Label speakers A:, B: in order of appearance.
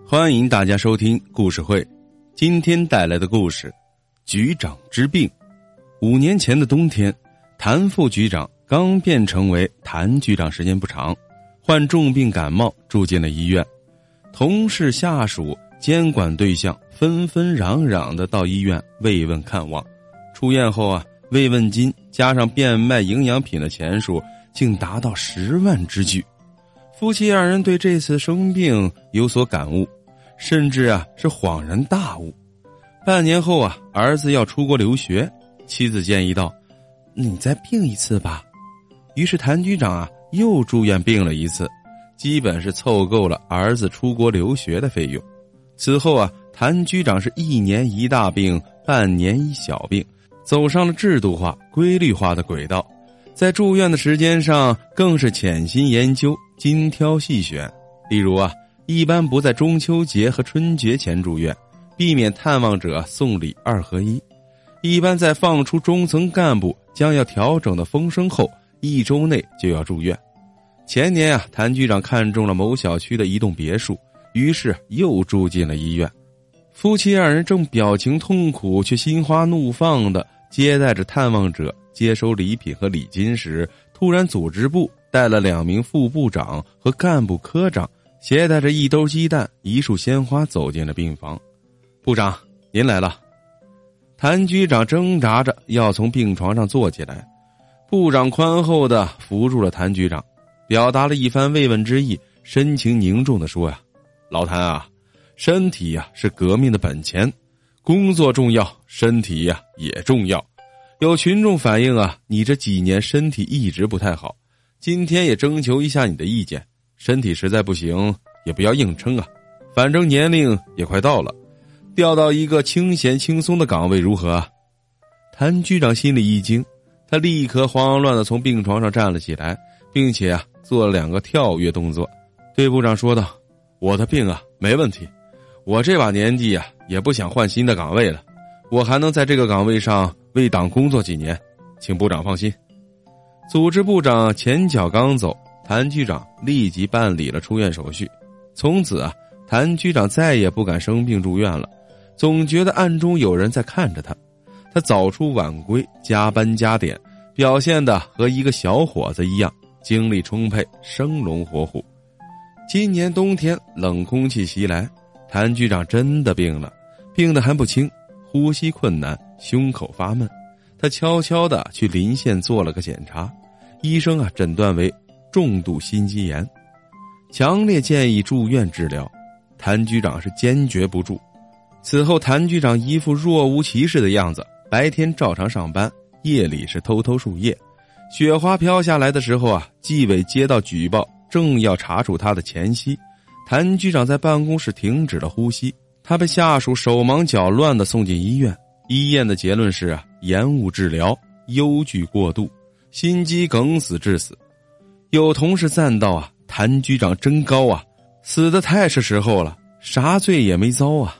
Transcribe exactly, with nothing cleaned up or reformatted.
A: 欢迎大家收听故事会，今天带来的故事局长之病。五年前的冬天，谭副局长刚变成为谭局长时间不长，患重病感冒住进了医院。同事下属监管对象纷纷攘攘的到医院慰问看望。出院后啊，慰问金加上变卖营养品的钱数竟达到十万之巨。夫妻二人对这次生病有所感悟，甚至啊是恍然大悟。半年后啊，儿子要出国留学，妻子建议道：“你再病一次吧。”于是谭局长啊又住院病了一次，基本是凑够了儿子出国留学的费用。此后啊，谭局长是一年一大病，半年一小病，走上了制度化、规律化的轨道。在住院的时间上更是潜心研究，精挑细选。例如啊，一般不在中秋节和春节前住院，避免探望者送礼二合一。一般在放出中层干部将要调整的风声后，一周内就要住院。前年啊，谭局长看中了某小区的一栋别墅，于是又住进了医院。夫妻二人正表情痛苦却心花怒放地接待着探望者接收礼品和礼金时，突然组织部带了两名副部长和干部科长，携带着一兜鸡蛋、一束鲜花走进了病房。部长，您来了。谭局长挣扎着要从病床上坐起来，部长宽厚地扶住了谭局长，表达了一番慰问之意，深情凝重地说呀：“老谭啊，身体呀、啊、是革命的本钱，工作重要，身体呀、啊、也重要。有群众反映啊，你这几年身体一直不太好，今天也征求一下你的意见，身体实在不行也不要硬撑啊，反正年龄也快到了，调到一个清闲轻松的岗位如何啊？”谭局长心里一惊，他立刻慌乱地从病床上站了起来，并且啊做了两个跳跃动作，对部长说道：“我的病啊没问题，我这把年纪啊也不想换新的岗位了，我还能在这个岗位上为党工作几年，请部长放心。”组织部长前脚刚走，谭局长立即办理了出院手续。从此啊，谭局长再也不敢生病住院了，总觉得暗中有人在看着他。他早出晚归，加班加点，表现得和一个小伙子一样，精力充沛，生龙活虎。今年冬天冷空气袭来，谭局长真的病了，病得还不轻，呼吸困难，胸口发闷。他悄悄地去临县做了个检查，医生啊诊断为重度心肌炎，强烈建议住院治疗。谭局长是坚决不住。此后谭局长一副若无其事的样子，白天照常上班，夜里是偷偷输液。雪花飘下来的时候啊，纪委接到举报，正要查处他的前夕，谭局长在办公室停止了呼吸，他被下属手忙脚乱地送进医院。医院的结论是啊，延误治疗，忧惧过度，心肌梗死致死。有同事赞道啊，谭局长真高啊，死得太是时候了，啥罪也没遭啊。